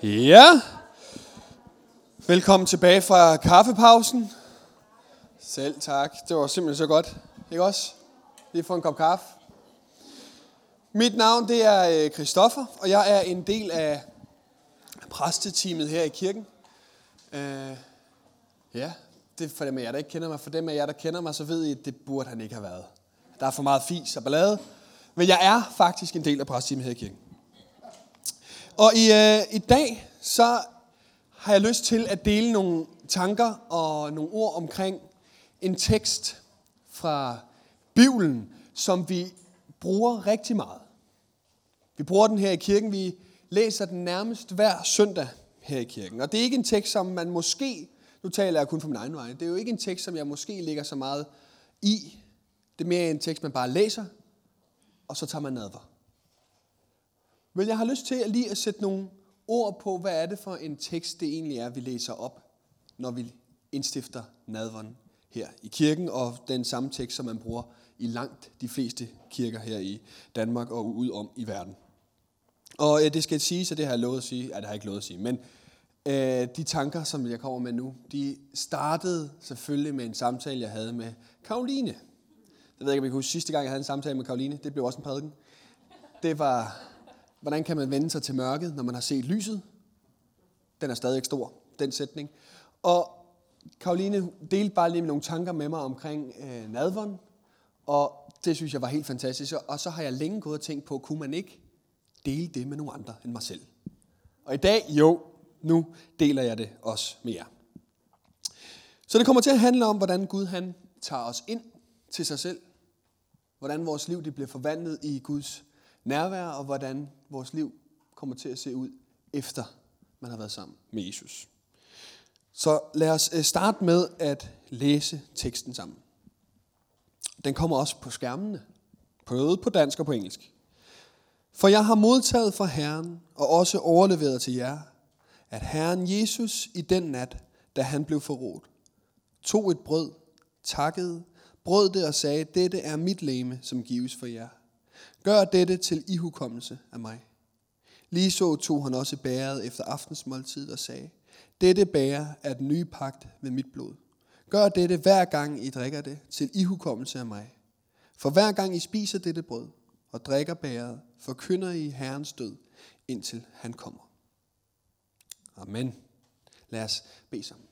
Ja, velkommen tilbage fra kaffepausen. Selv tak, det var simpelthen så godt, ikke også? Lige få en kop kaffe. Mit navn det er Christoffer, og jeg er en del af præsteteamet her i kirken. Ja, det er for dem af jer, der ikke kender mig. For dem af jer, der kender mig, så ved I, at det burde han ikke have været. Der er for meget fis og ballade. Men jeg er faktisk en del af præsteteamet her i kirken. Og i dag, så har jeg lyst til at dele nogle tanker og nogle ord omkring en tekst fra Bibelen, som vi bruger rigtig meget. Vi bruger den her i kirken. Vi læser den nærmest hver søndag her i kirken. Og det er ikke en tekst, som man måske, nu taler jeg kun for min egen vej, det er jo ikke en tekst, som jeg måske lægger så meget i. Det er mere en tekst, man bare læser, og så tager man nadver. Men jeg har lyst til lige at sætte nogle ord på, hvad er det for en tekst, det egentlig er, vi læser op, når vi indstifter nadveren her i kirken, og den samme tekst, som man bruger i langt de fleste kirker her i Danmark og ud om i verden. Og det skal siges, at det har jeg lovet at sige, det har jeg ikke lovet at sige, men de tanker, som jeg kommer med nu, de startede selvfølgelig med en samtale, jeg havde med Karoline. Jeg ved ikke, om I kan huske sidste gang, jeg havde en samtale med Karoline, det blev også en prædiken. Det var, hvordan kan man vende sig til mørket, når man har set lyset? Den er stadig stor, den sætning. Og Karoline delte bare lige nogle tanker med mig omkring nadveren, og det synes jeg var helt fantastisk. Og så har jeg længe gået og tænkt på, kunne man ikke dele det med nogle andre end mig selv? Og i dag, nu deler jeg det også med jer. Så det kommer til at handle om, hvordan Gud han tager os ind til sig selv. Hvordan vores liv det bliver forvandlet i Guds nærvær, og hvordan vores liv kommer til at se ud, efter man har været sammen med Jesus. Så lad os starte med at læse teksten sammen. Den kommer også på skærmene, både på dansk og på engelsk. For jeg har modtaget fra Herren, og også overleveret til jer, at Herren Jesus i den nat, da han blev forrådt, tog et brød, takkede, brød det og sagde, dette er mit legeme, som gives for jer. Gør dette til ihukommelse af mig. Ligeså tog han også bægeret efter aftensmåltid og sagde, dette bæger er den nye pagt ved mit blod. Gør dette hver gang I drikker det til ihukommelse af mig. For hver gang I spiser dette brød og drikker bægeret, forkynder I Herrens død, indtil han kommer. Amen. Lad os bede sammen.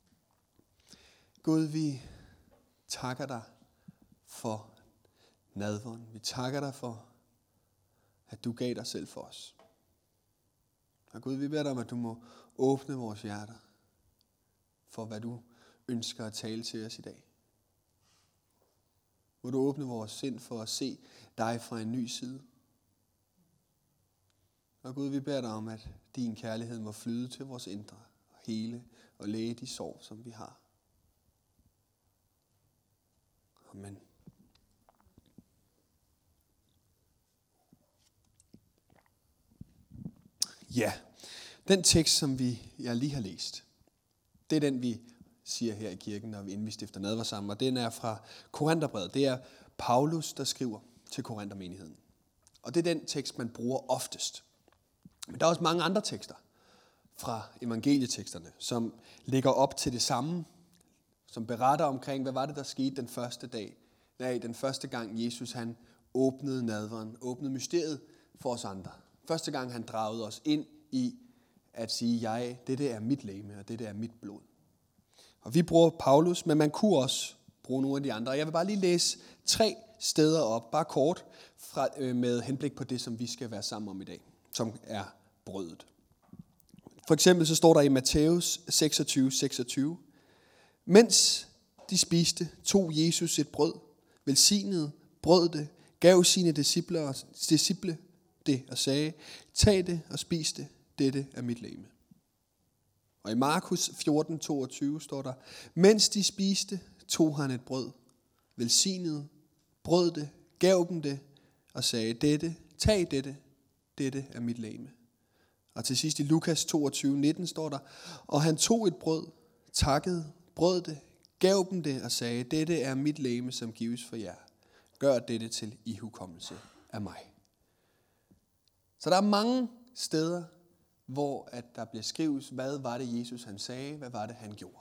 Gud, vi takker dig for nadveren. Vi takker dig for, at du gav dig selv for os. Og Gud, vi beder dig om, at du må åbne vores hjerter for, hvad du ønsker at tale til os i dag. Må du åbne vores sind for at se dig fra en ny side. Og Gud, vi beder dig om, at din kærlighed må flyde til vores indre og hele og læge de sår, som vi har. Amen. Ja, den tekst, som jeg lige har læst, det er den, vi siger her i kirken, inden vi stifter nadver sammen, og den er fra Korintherbrevet. Det er Paulus, der skriver til Korinthermenigheden. Og det er den tekst, man bruger oftest. Men der er også mange andre tekster fra evangelieteksterne, som ligger op til det samme, som beretter omkring, hvad var det, der skete den første gang Jesus han åbnede nadveren, åbnede mysteriet for os andre. Første gang han dragede os ind i at sige, dette er mit legeme, og dette er mit blod. Og vi bruger Paulus, men man kunne også bruge nogle af de andre. Jeg vil bare lige læse 3 steder op, bare kort, med henblik på det, som vi skal være sammen om i dag, som er brødet. For eksempel så står der i Matthæus 26:26, mens de spiste, tog Jesus et brød, velsignede, brød det, gav sine disciple det og sagde, tag det og spis det, dette er mit legeme. Og i Markus 14:22 står der, mens de spiste, tog han et brød, velsignede, brød det, gav dem det og sagde, tag dette er mit legeme. Og til sidst i Lukas 22:19 står der, og han tog et brød, takkede, brød det, gav dem det og sagde, dette er mit legeme, som gives for jer. Gør dette til ihukommelse af mig. Så der er mange steder, hvor at der bliver skrives, hvad var det Jesus han sagde, hvad var det han gjorde.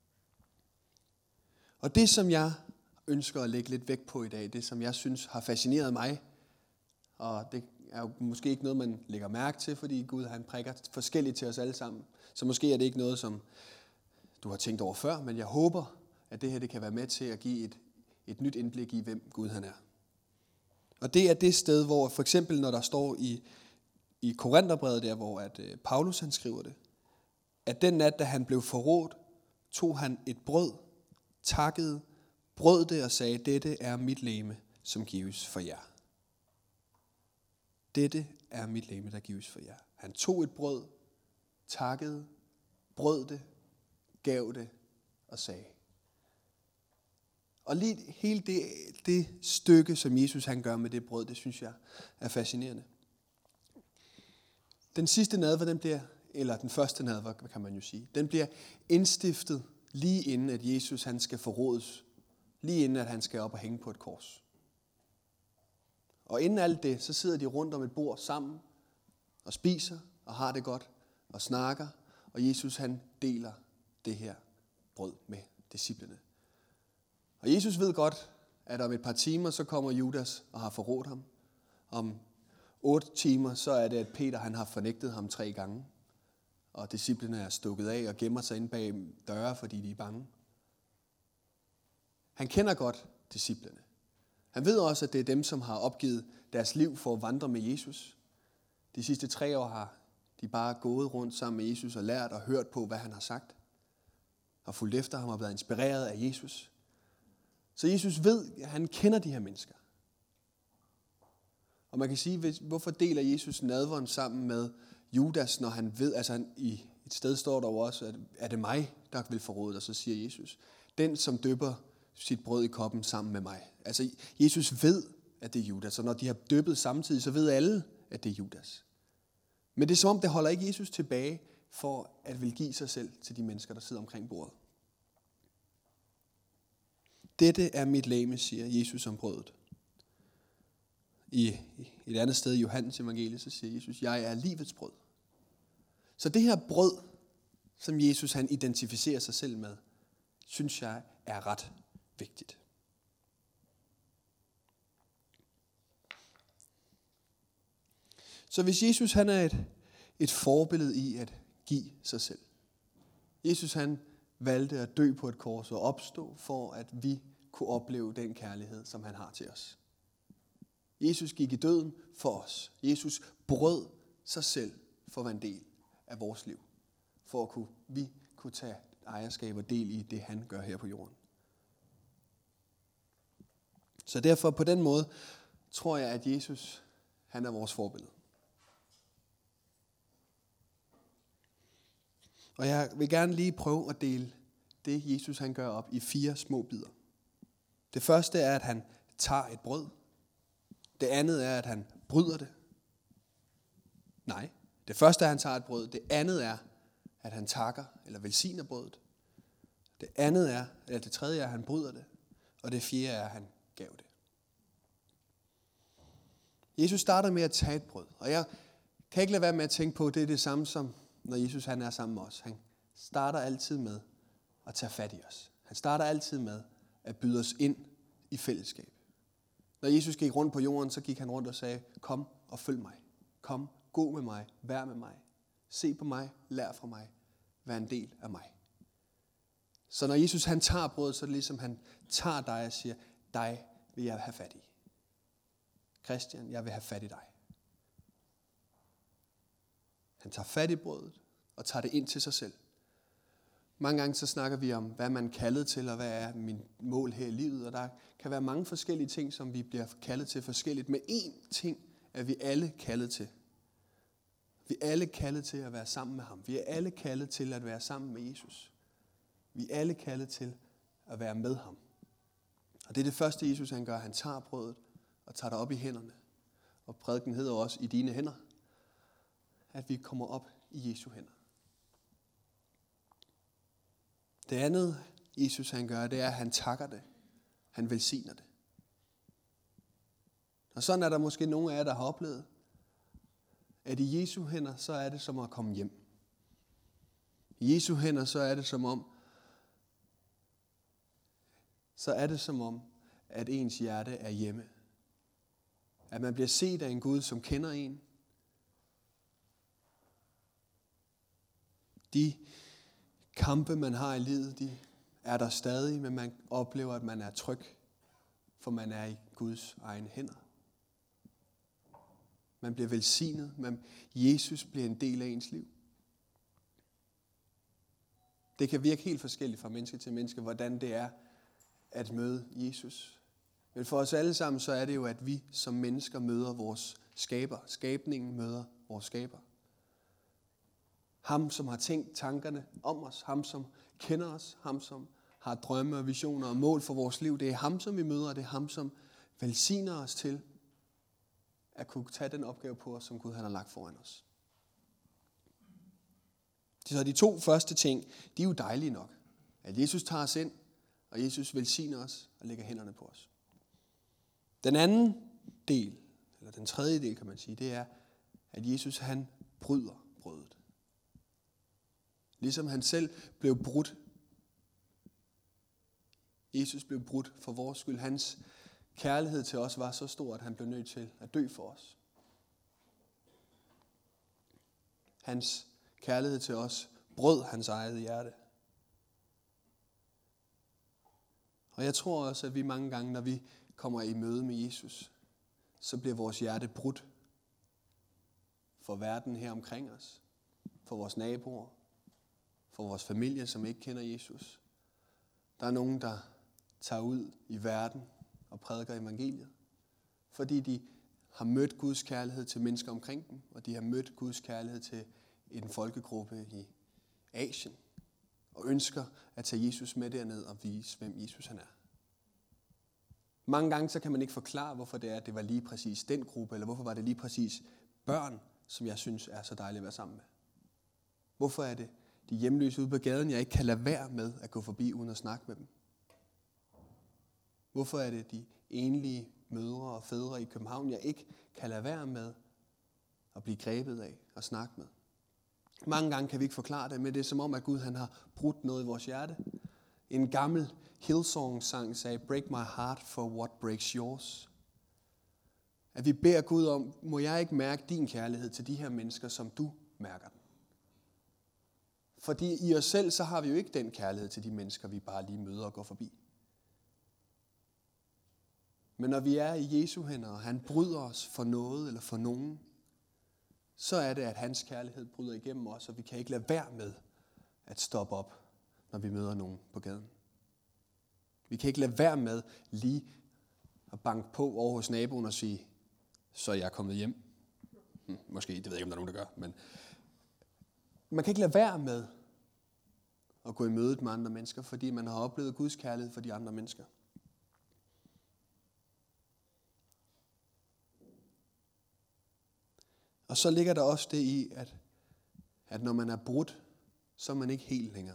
Og det som jeg ønsker at lægge lidt vægt på i dag, det som jeg synes har fascineret mig, og det er jo måske ikke noget, man lægger mærke til, fordi Gud han prikker forskelligt til os alle sammen. Så måske er det ikke noget, som du har tænkt over før, men jeg håber, at det her det kan være med til at give et nyt indblik i, hvem Gud han er. Og det er det sted, hvor for eksempel, når der står i Korintherbrevet der, hvor at Paulus han skriver det, at den nat, da han blev forrådt, tog han et brød, takkede, brød det og sagde, dette er mit legeme, som gives for jer. Dette er mit legeme, der gives for jer. Han tog et brød, takkede, brød det, gav det og sagde. Og lige hele det stykke, som Jesus han gør med det brød, det synes jeg er fascinerende. Den sidste nadver, eller den første nadver, kan man jo sige, den bliver indstiftet lige inden, at Jesus han skal forrådes. Lige inden, at han skal op og hænge på et kors. Og inden alt det, så sidder de rundt om et bord sammen og spiser og har det godt og snakker. Og Jesus han deler det her brød med disciplene. Og Jesus ved godt, at om et par timer, så kommer Judas og har forrådt ham. Om 8 timer, så er det, at Peter han har fornægtet ham 3 gange. Og disciplene er stukket af og gemmer sig inde bag døre, fordi de er bange. Han kender godt disciplene. Han ved også, at det er dem, som har opgivet deres liv for at vandre med Jesus. De sidste 3 år har de bare gået rundt sammen med Jesus og lært og hørt på, hvad han har sagt. Og fulgt efter ham og været inspireret af Jesus. Så Jesus ved, at han kender de her mennesker. Og man kan sige, hvorfor deler Jesus nadveren sammen med Judas, når han ved, altså i et sted står der også, at er det mig, der vil forråde dig, så siger Jesus, den som dypper sit brød i koppen sammen med mig. Altså Jesus ved, at det er Judas, og når de har dyppet samtidig, så ved alle, at det er Judas. Men det er som om, det holder ikke Jesus tilbage for at vil give sig selv til de mennesker, der sidder omkring bordet. Dette er mit legeme, siger Jesus om brødet. I et andet sted i Johannes evangeliet, så siger Jesus, jeg er livets brød. Så det her brød, som Jesus han identificerer sig selv med, synes jeg er ret vigtigt. Så hvis Jesus han er et forbillede i at give sig selv. Jesus han valgte at dø på et kors og opstå for at vi kunne opleve den kærlighed, som han har til os. Jesus gik i døden for os. Jesus brød sig selv for at være en del af vores liv. For at vi kunne tage ejerskab og del i det, han gør her på jorden. Så derfor på den måde tror jeg, at Jesus han er vores forbillede. Og jeg vil gerne lige prøve at dele det, Jesus han gør op i 4 små bidder. Det første er, at han tager et brød. Det andet er, at han bryder det. Nej, det første er, at han tager et brød. Det andet er, at han takker eller velsigner brødet. Det tredje er, at han bryder det. Og det fjerde er, at han gav det. Jesus starter med at tage et brød. Og jeg kan ikke lade være med at tænke på, at det er det samme som, når Jesus han er sammen med os. Han starter altid med at tage fat i os. Han starter altid med at byde os ind i fællesskab. Når Jesus gik rundt på jorden, så gik han rundt og sagde, kom og følg mig. Kom, gå med mig, vær med mig. Se på mig, lær fra mig, vær en del af mig. Så når Jesus han tager brødet, så er det ligesom han tager dig og siger, dig vil jeg have fat i. Christian, jeg vil have fat i dig. Han tager fat i brødet og tager det ind til sig selv. Mange gange så snakker vi om, hvad man er kaldet til, og hvad er min mål her i livet. Og der kan være mange forskellige ting, som vi bliver kaldet til forskelligt. Men én ting er vi alle kaldet til. Vi er alle kaldet til at være sammen med ham. Vi er alle kaldet til at være sammen med Jesus. Vi er alle kaldet til at være med ham. Og det er det første, Jesus han gør. Han tager brødet og tager det op i hænderne. Og prædiken hedder også i dine hænder. At vi kommer op i Jesu hænder. Det andet, Jesus han gør, det er, at han takker det. Han velsigner det. Og sådan er der måske nogle af jer, der har oplevet, at i Jesu hænder, så er det som at komme hjem. I Jesu hænder, så er det som om, at ens hjerte er hjemme. At man bliver set af en Gud, som kender en. De kampe, man har i livet, de er der stadig, men man oplever, at man er tryg, for man er i Guds egen hænder. Man bliver velsignet, men Jesus bliver en del af ens liv. Det kan virke helt forskelligt fra menneske til menneske, hvordan det er at møde Jesus. Men for os alle sammen, så er det jo, at vi som mennesker møder vores skaber. Skabningen møder vores skaber. Ham, som har tænkt tankerne om os. Ham, som kender os. Ham, som har drømme og visioner og mål for vores liv. Det er ham, som vi møder, og det er ham, som velsigner os til at kunne tage den opgave på os, som Gud han har lagt foran os. Så de 2 første ting, de er jo dejlige nok. At Jesus tager os ind, og Jesus velsigner os og lægger hænderne på os. Den anden del, eller den tredje del kan man sige, det er, at Jesus han bryder brødet. Ligesom han selv blev brudt. Jesus blev brudt for vores skyld. Hans kærlighed til os var så stor, at han blev nødt til at dø for os. Hans kærlighed til os brød hans eget hjerte. Og jeg tror også, at vi mange gange, når vi kommer i møde med Jesus, så bliver vores hjerte brudt for verden her omkring os, for vores naboer, for vores familie, som ikke kender Jesus. Der er nogen, der tager ud i verden og prædiker evangeliet, fordi de har mødt Guds kærlighed til mennesker omkring dem, og de har mødt Guds kærlighed til en folkegruppe i Asien, og ønsker at tage Jesus med derned og vise, hvem Jesus han er. Mange gange så kan man ikke forklare, hvorfor det er, at det var lige præcis den gruppe, eller hvorfor var det lige præcis børn, som jeg synes er så dejligt at være sammen med. Hvorfor er det de hjemløse ude på gaden, jeg ikke kan lade være med at gå forbi uden at snakke med dem? Hvorfor er det de enlige mødre og fædre i København, jeg ikke kan lade være med at blive grebet af og snakke med? Mange gange kan vi ikke forklare det, men det er som om, at Gud han har brudt noget i vores hjerte. En gammel Hillsong-sang sagde, "Break my heart for what breaks yours." At vi beder Gud om, må jeg ikke mærke din kærlighed til de her mennesker, som du mærker den. Fordi i os selv, så har vi jo ikke den kærlighed til de mennesker, vi bare lige møder og går forbi. Men når vi er i Jesu hænder, og han bryder os for noget eller for nogen, så er det, at hans kærlighed bryder igennem os, og vi kan ikke lade være med at stoppe op, når vi møder nogen på gaden. Vi kan ikke lade være med lige at banke på over hos naboen og sige, så er jeg kommet hjem. Måske, det ved jeg ikke, om der er nogen, der gør, men man kan ikke lade være med at gå i mødet med andre mennesker, fordi man har oplevet Guds kærlighed for de andre mennesker. Og så ligger der også det i, at når man er brudt, så er man ikke helt længere.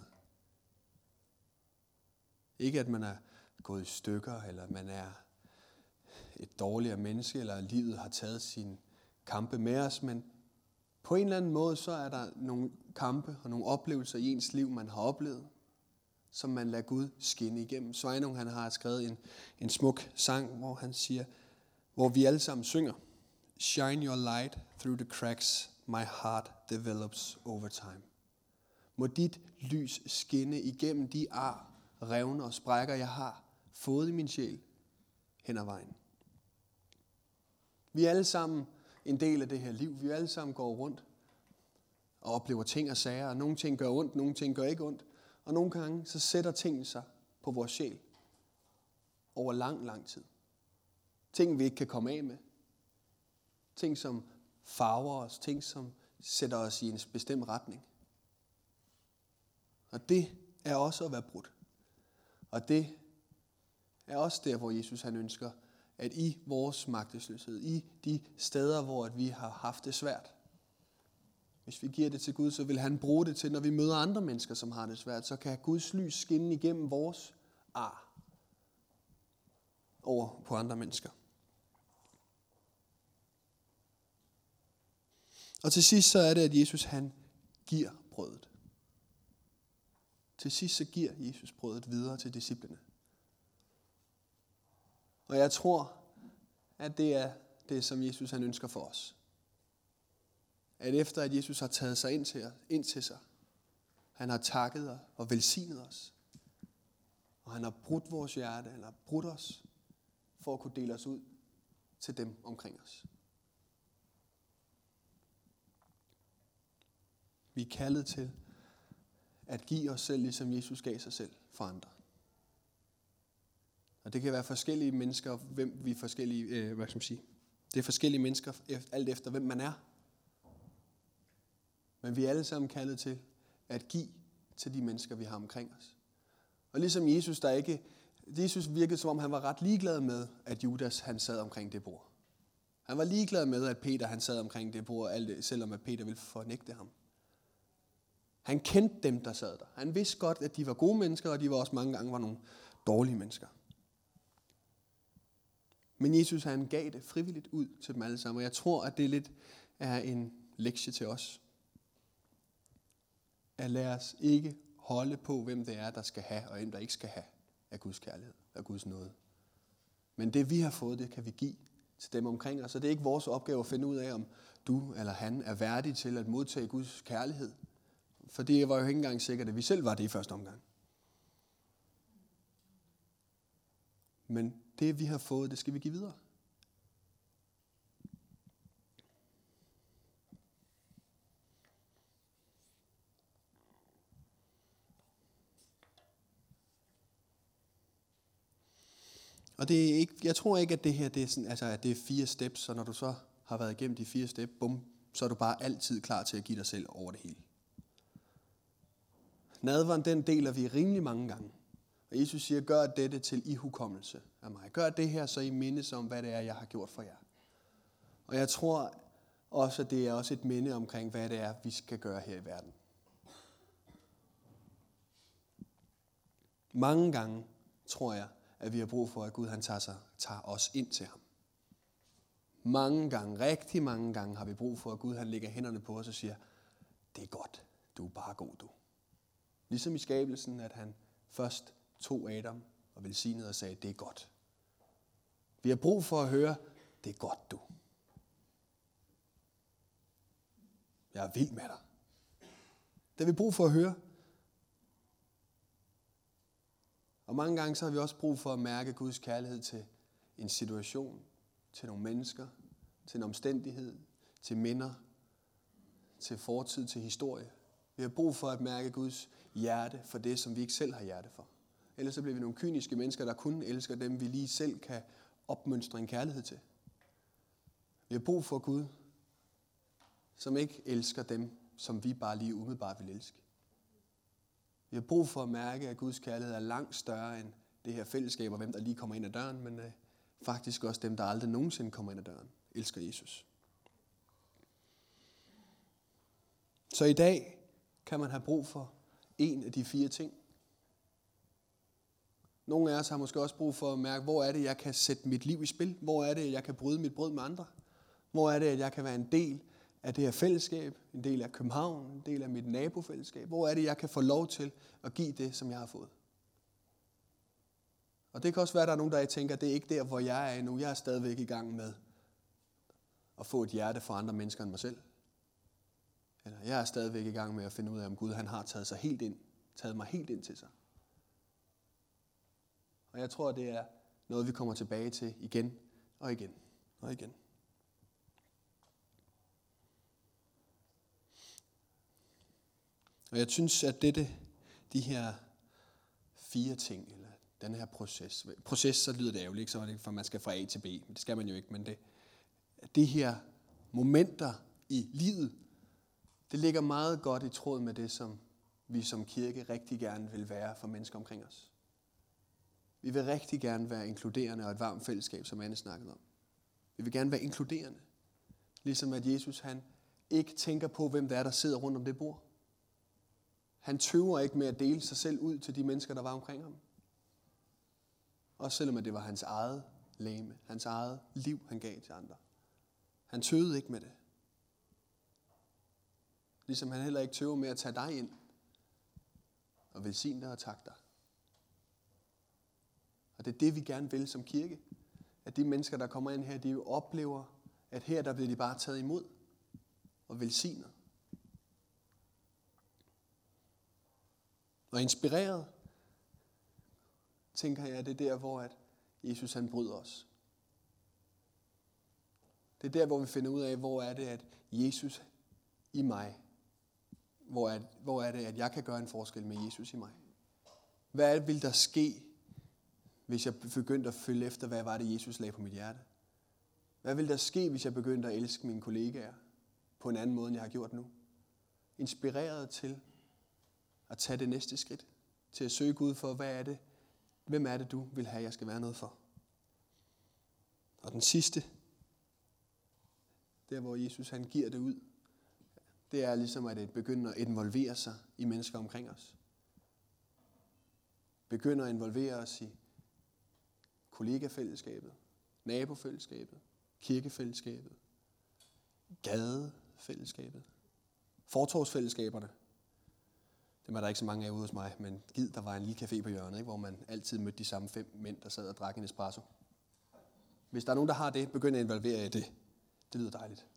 Ikke at man er gået i stykker, eller man er et dårligere menneske, eller livet har taget sine kampe med os, men på en eller anden måde, så er der nogle kampe og nogle oplevelser i ens liv, man har oplevet, som man lader Gud skinne igennem. Sveinung, han har skrevet en smuk sang, hvor han siger, hvor vi alle sammen synger, "Shine your light through the cracks, my heart develops over time." Må dit lys skinne igennem de ar, revner og sprækker, jeg har fået i min sjæl hen ad vejen. Vi er alle sammen en del af det her liv. Vi alle sammen går rundt og oplever ting og sager. Og nogle ting gør ondt, nogle ting gør ikke ondt. Og nogle gange så sætter tingene sig på vores sjæl over lang, lang tid. Ting vi ikke kan komme af med. Ting som farver os. Ting som sætter os i en bestemt retning. Og det er også at være brudt. Og det er også der, hvor Jesus han ønsker, at i vores magtesløshed, i de steder, hvor vi har haft det svært, hvis vi giver det til Gud, så vil han bruge det til, når vi møder andre mennesker, som har det svært, så kan Guds lys skinne igennem vores ar over på andre mennesker. Og til sidst så er det, at Jesus han giver brødet. Til sidst så giver Jesus brødet videre til disciplene. Og jeg tror, at det er det, som Jesus han ønsker for os. At efter at Jesus har taget sig ind til sig, han har takket os og velsignet os, og han har brudt vores hjerte, han har brudt os, for at kunne dele os ud til dem omkring os. Vi er kaldet til at give os selv, ligesom Jesus gav sig selv for andre. Og det kan være forskellige mennesker, hvem vi er forskellige, det er forskellige mennesker, alt efter hvem man er. Men vi er alle sammen kaldet til at give til de mennesker, vi har omkring os. Og ligesom Jesus virkede som om, han var ret ligeglad med, at Judas han sad omkring det bord. Han var ligeglad med, at Peter han sad omkring det bord, selvom at Peter ville fornægte ham. Han kendte dem, der sad der. Han vidste godt, at de var gode mennesker, og de var også mange gange var nogle dårlige mennesker. Men Jesus han gav det frivilligt ud til dem alle sammen, og jeg tror, at det lidt er en lektie til os. At lade os ikke holde på, hvem det er, der skal have, og hvem der ikke skal have af Guds kærlighed, af Guds nåde. Men det vi har fået, det kan vi give til dem omkring os. Så det er ikke vores opgave at finde ud af, om du eller han er værdig til at modtage Guds kærlighed. For det var jo ikke engang sikkert, at vi selv var det i første omgang. Men det vi har fået, det skal vi give videre. Og det er ikke, jeg tror ikke, at det her det er sådan, altså, at det er 4 steps, så når du så har været igennem de 4 steps, bum, så er du bare altid klar til at give dig selv over det hele. Nadveren, den deler vi rimelig mange gange. Og Jesus siger, gør dette til ihukommelse af mig. Gør det her, så I mindes om, hvad det er, jeg har gjort for jer. Og jeg tror også, at det er også et minde omkring, hvad det er, vi skal gøre her i verden. Mange gange tror jeg, at vi har brug for, at Gud han tager os ind til ham. Mange gange, rigtig mange gange, har vi brug for, at Gud han lægger hænderne på os og siger, det er godt, du er bare god, du. Ligesom i skabelsen, at han først tog Adam og velsignede og sagde, det er godt. Vi har brug for at høre, det er godt, du. Jeg er vild med dig. Det har vi brug for at høre. Og mange gange så har vi også brug for at mærke Guds kærlighed til en situation, til nogle mennesker, til en omstændighed, til minder, til fortid, til historie. Vi har brug for at mærke Guds hjerte for det, som vi ikke selv har hjerte for. Ellers så bliver vi nogle kyniske mennesker, der kun elsker dem, vi lige selv kan opmønstre en kærlighed til. Vi har brug for Gud, som ikke elsker dem, som vi bare lige umiddelbart vil elske. Vi har brug for at mærke, at Guds kærlighed er langt større end det her fællesskab, og hvem der lige kommer ind ad døren, men faktisk også dem, der aldrig nogensinde kommer ind ad døren, elsker Jesus. Så i dag kan man have brug for en af de 4 ting. Nogle af os har måske også brug for at mærke, hvor er det, jeg kan sætte mit liv i spil? Hvor er det, jeg kan bryde mit brød med andre? Hvor er det, at jeg kan være en del af det her fællesskab, en del af København, en del af mit nabofællesskab? Hvor er det, jeg kan få lov til at give det, som jeg har fået? Og det kan også være, at der er nogen, der tænker, at det er ikke der, hvor jeg er endnu. Jeg er stadigvæk i gang med at få et hjerte for andre mennesker end mig selv. Eller jeg er stadigvæk i gang med at finde ud af, om Gud han har taget mig helt ind til sig. Og jeg tror, det er noget, vi kommer tilbage til igen og igen og igen. Og jeg synes, at de her 4 ting, eller den her proces, så lyder det ærgerligt, ikke? Så er det, for man skal fra A til B, men det skal man jo ikke, men det her momenter i livet, det ligger meget godt i tråd med det, som vi som kirke rigtig gerne vil være for mennesker omkring os. Vi vil rigtig gerne være inkluderende og et varmt fællesskab, som Anne snakkede om. Vi vil gerne være inkluderende. Ligesom at Jesus han ikke tænker på, hvem det er, der sidder rundt om det bord. Han tøver ikke med at dele sig selv ud til de mennesker, der var omkring ham. Også selvom det var hans eget legeme, hans eget liv, han gav til andre. Han tøvede ikke med det. Ligesom han heller ikke tøver med at tage dig ind og velsigne dig og takke dig. Og det er det, vi gerne vil som kirke. At de mennesker, der kommer ind her, de jo oplever, at her der bliver de bare taget imod og velsignet. Og inspireret, tænker jeg, det er der, hvor at Jesus han bryder os. Det er der, hvor vi finder ud af, hvor er det, at Jesus i mig, hvor er det, at jeg kan gøre en forskel med Jesus i mig. Hvad vil der ske, hvis jeg begyndte at følge efter, hvad var det, Jesus lagde på mit hjerte? Hvad vil der ske, hvis jeg begyndte at elske mine kollegaer på en anden måde, end jeg har gjort nu? Inspireret til at tage det næste skridt. Til at søge Gud for, hvem er det, du vil have, jeg skal være noget for? Og den sidste, der hvor Jesus han giver det ud, det er ligesom at begynde at involvere sig i mennesker omkring os. Begynder at involvere os i kollegafællesskabet, nabofællesskabet, kirkefællesskabet, gadefællesskabet, fortovsfællesskaberne. Dem er der ikke så mange af ude hos mig, men gid, der var en lille café på hjørnet, ikke, hvor man altid mødte de samme 5 mænd, der sad og drak en espresso. Hvis der er nogen, der har det, begynd at involvere i det. Det lyder dejligt.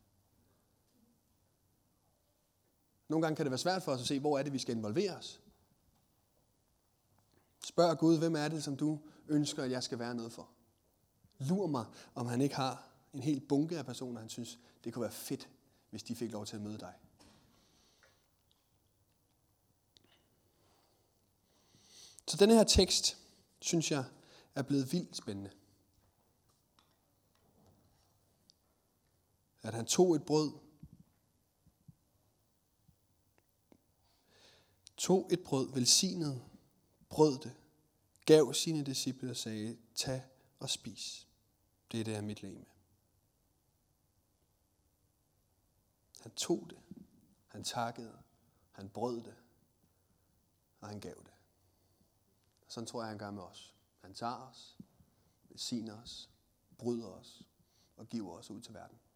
Nogle gange kan det være svært for os at se, hvor er det, vi skal involvere os. Spørg Gud, hvem er det, som du ønsker, at jeg skal være noget for? Lur mig, om han ikke har en hel bunke af personer, han synes, det kunne være fedt, hvis de fik lov til at møde dig. Så denne her tekst, synes jeg, er blevet vildt spændende. At han tog et brød, velsignede, brød det, gav sine disciple og sagde, tag og spis. Det er mit legeme. Han tog det, han takkede, han brød det, og han gav det. Sådan tror jeg, han gør med os. Han tager os, velsigner os, bryder os og giver os ud til verden.